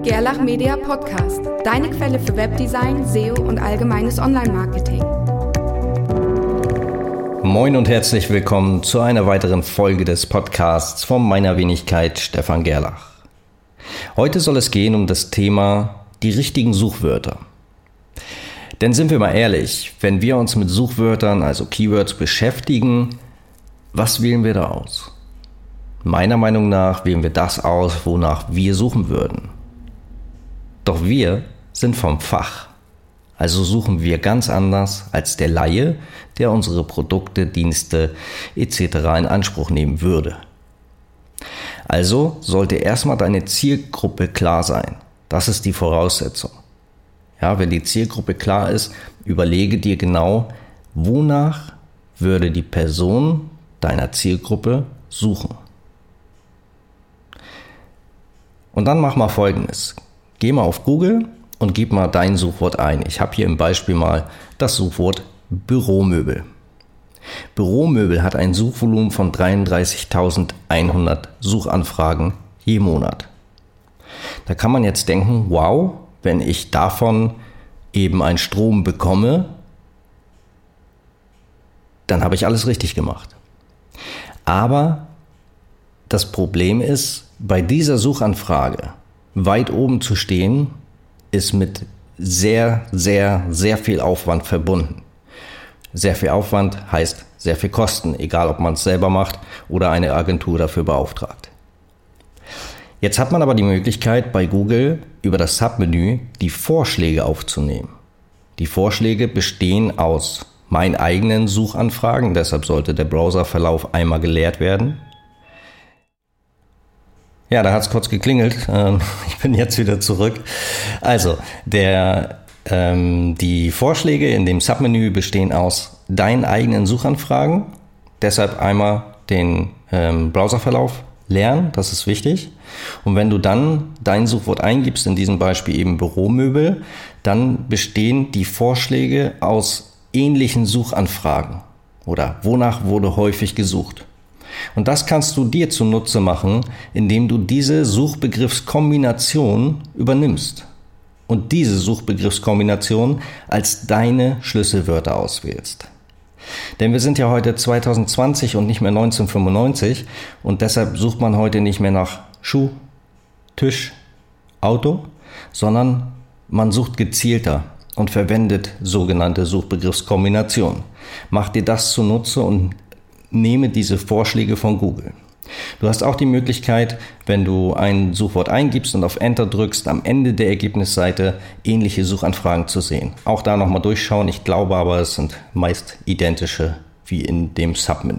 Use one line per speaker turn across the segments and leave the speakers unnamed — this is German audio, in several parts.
Gerlach Media Podcast, deine Quelle für Webdesign, SEO und allgemeines Online-Marketing.
Moin und herzlich willkommen zu einer weiteren Folge des Podcasts von meiner Wenigkeit Stefan Gerlach. Heute soll es gehen um das Thema die richtigen Suchwörter. Denn sind wir mal ehrlich, wenn wir uns mit Suchwörtern, also Keywords, beschäftigen, was wählen wir da aus? Meiner Meinung nach wählen wir das aus, wonach wir suchen würden. Doch wir sind vom Fach. Also suchen wir ganz anders als der Laie, der unsere Produkte, Dienste etc. in Anspruch nehmen würde. Also sollte erstmal deine Zielgruppe klar sein. Das ist die Voraussetzung. Ja, wenn die Zielgruppe klar ist, überlege dir genau, wonach würde die Person deiner Zielgruppe suchen. Und dann mach mal Folgendes. Geh mal auf Google und gib mal dein Suchwort ein. Ich habe hier im Beispiel mal das Suchwort Büromöbel. Büromöbel hat ein Suchvolumen von 33.100 Suchanfragen je Monat. Da kann man jetzt denken, wow, wenn ich davon eben einen Strom bekomme, dann habe ich alles richtig gemacht. Aber das Problem ist, bei dieser Suchanfrage weit oben zu stehen, ist mit sehr, sehr, sehr viel Aufwand verbunden. Sehr viel Aufwand heißt sehr viel Kosten, egal ob man es selber macht oder eine Agentur dafür beauftragt. Jetzt hat man aber die Möglichkeit, bei Google über das Submenü die Vorschläge aufzunehmen. Die Vorschläge bestehen aus meinen eigenen Suchanfragen, deshalb sollte der Browserverlauf einmal geleert werden. Ja, da hat es kurz geklingelt. Ich bin jetzt wieder zurück. Also, die Vorschläge in dem Submenü bestehen aus deinen eigenen Suchanfragen. Deshalb einmal den Browserverlauf leeren, das ist wichtig. Und wenn du dann dein Suchwort eingibst, in diesem Beispiel eben Büromöbel, dann bestehen die Vorschläge aus ähnlichen Suchanfragen oder wonach wurde häufig gesucht. Und das kannst du dir zunutze machen, indem du diese Suchbegriffskombination übernimmst und diese Suchbegriffskombination als deine Schlüsselwörter auswählst. Denn wir sind ja heute 2020 und nicht mehr 1995 und deshalb sucht man heute nicht mehr nach Schuh, Tisch, Auto, sondern man sucht gezielter und verwendet sogenannte Suchbegriffskombinationen. Mach dir das zunutze und nehme diese Vorschläge von Google. Du hast auch die Möglichkeit, wenn du ein Suchwort eingibst und auf Enter drückst, am Ende der Ergebnisseite ähnliche Suchanfragen zu sehen. Auch da nochmal durchschauen. Ich glaube aber, es sind meist identische wie in dem Submenü.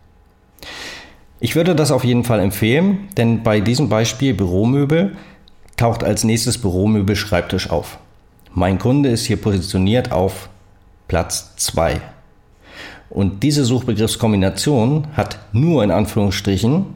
Ich würde das auf jeden Fall empfehlen, denn bei diesem Beispiel Büromöbel taucht als nächstes Büromöbel Schreibtisch auf. Mein Kunde ist hier positioniert auf Platz 2. Und diese Suchbegriffskombination hat nur in Anführungsstrichen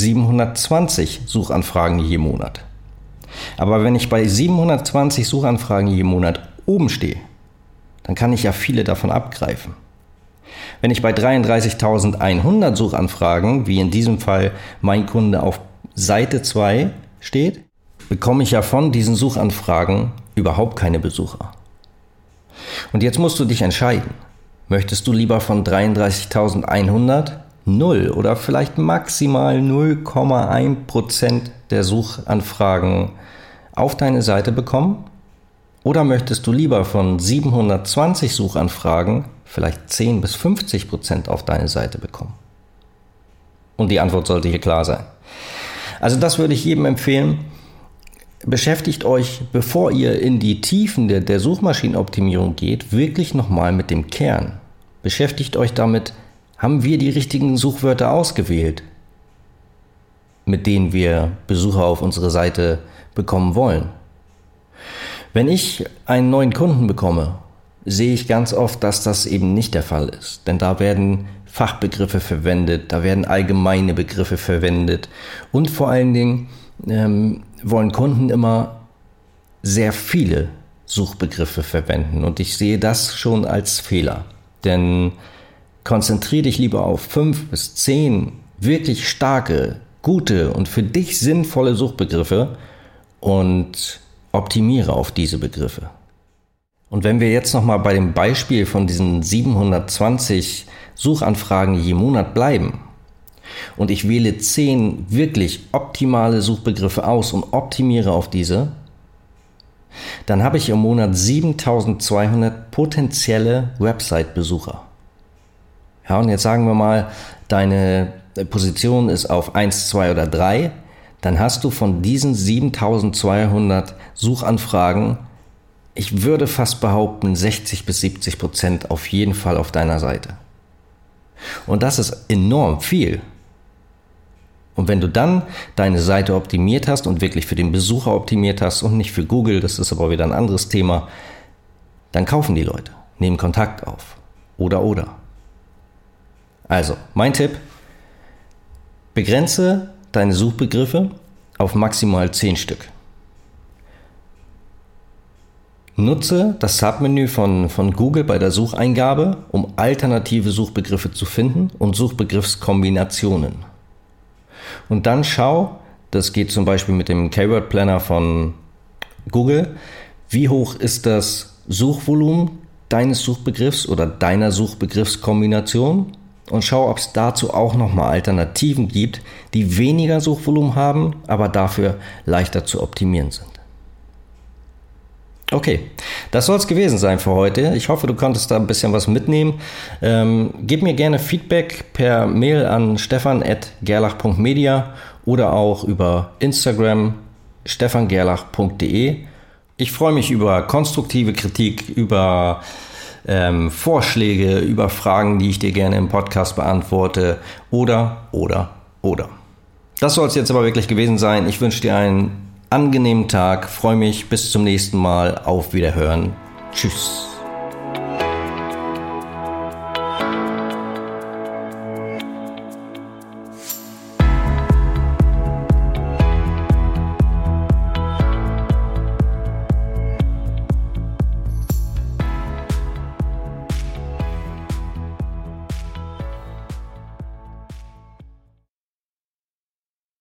720 Suchanfragen je Monat. Aber wenn ich bei 720 Suchanfragen je Monat oben stehe, dann kann ich ja viele davon abgreifen. Wenn ich bei 33.100 Suchanfragen, wie in diesem Fall mein Kunde auf Seite 2 steht, bekomme ich ja von diesen Suchanfragen überhaupt keine Besucher. Und jetzt musst du dich entscheiden. Möchtest du lieber von 33.100 0 oder vielleicht maximal 0,1% der Suchanfragen auf deine Seite bekommen? Oder möchtest du lieber von 720 Suchanfragen vielleicht 10 bis 50% auf deine Seite bekommen? Und die Antwort sollte hier klar sein. Also das würde ich jedem empfehlen. Beschäftigt euch, bevor ihr in die Tiefen der Suchmaschinenoptimierung geht, wirklich nochmal mit dem Kern. Beschäftigt euch damit, haben wir die richtigen Suchwörter ausgewählt, mit denen wir Besucher auf unsere Seite bekommen wollen. Wenn ich einen neuen Kunden bekomme, sehe ich ganz oft, dass das eben nicht der Fall ist. Denn da werden Fachbegriffe verwendet, da werden allgemeine Begriffe verwendet und vor allen Dingen wollen Kunden immer sehr viele Suchbegriffe verwenden und ich sehe das schon als Fehler. Denn konzentriere dich lieber auf 5 bis 10 wirklich starke, gute und für dich sinnvolle Suchbegriffe und optimiere auf diese Begriffe. Und wenn wir jetzt nochmal bei dem Beispiel von diesen 720 Suchanfragen je Monat bleiben und ich wähle 10 wirklich optimale Suchbegriffe aus und optimiere auf diese, dann habe ich im Monat 7200 potenzielle Website-Besucher. Ja, und jetzt sagen wir mal, deine Position ist auf 1, 2 oder 3, dann hast du von diesen 7200 Suchanfragen, ich würde fast behaupten, 60-70% auf jeden Fall auf deiner Seite. Und das ist enorm viel. Und wenn du dann deine Seite optimiert hast und wirklich für den Besucher optimiert hast und nicht für Google, das ist aber wieder ein anderes Thema, dann kaufen die Leute, nehmen Kontakt auf. Oder. Also, mein Tipp, begrenze deine Suchbegriffe auf maximal 10 Stück. Nutze das Submenü von Google bei der Sucheingabe, um alternative Suchbegriffe zu finden und Suchbegriffskombinationen. Und dann schau, das geht zum Beispiel mit dem Keyword Planner von Google, wie hoch ist das Suchvolumen deines Suchbegriffs oder deiner Suchbegriffskombination und schau, ob es dazu auch nochmal Alternativen gibt, die weniger Suchvolumen haben, aber dafür leichter zu optimieren sind. Okay, das soll es gewesen sein für heute. Ich hoffe, du konntest da ein bisschen was mitnehmen. Gib mir gerne Feedback per Mail an stefan@gerlach.media oder auch über Instagram stefangerlach.de. Ich freue mich über konstruktive Kritik, über Vorschläge, über Fragen, die ich dir gerne im Podcast beantworte oder. Das soll es jetzt aber wirklich gewesen sein. Ich wünsche dir einen angenehmen Tag, freue mich, bis zum nächsten Mal, auf Wiederhören, tschüss.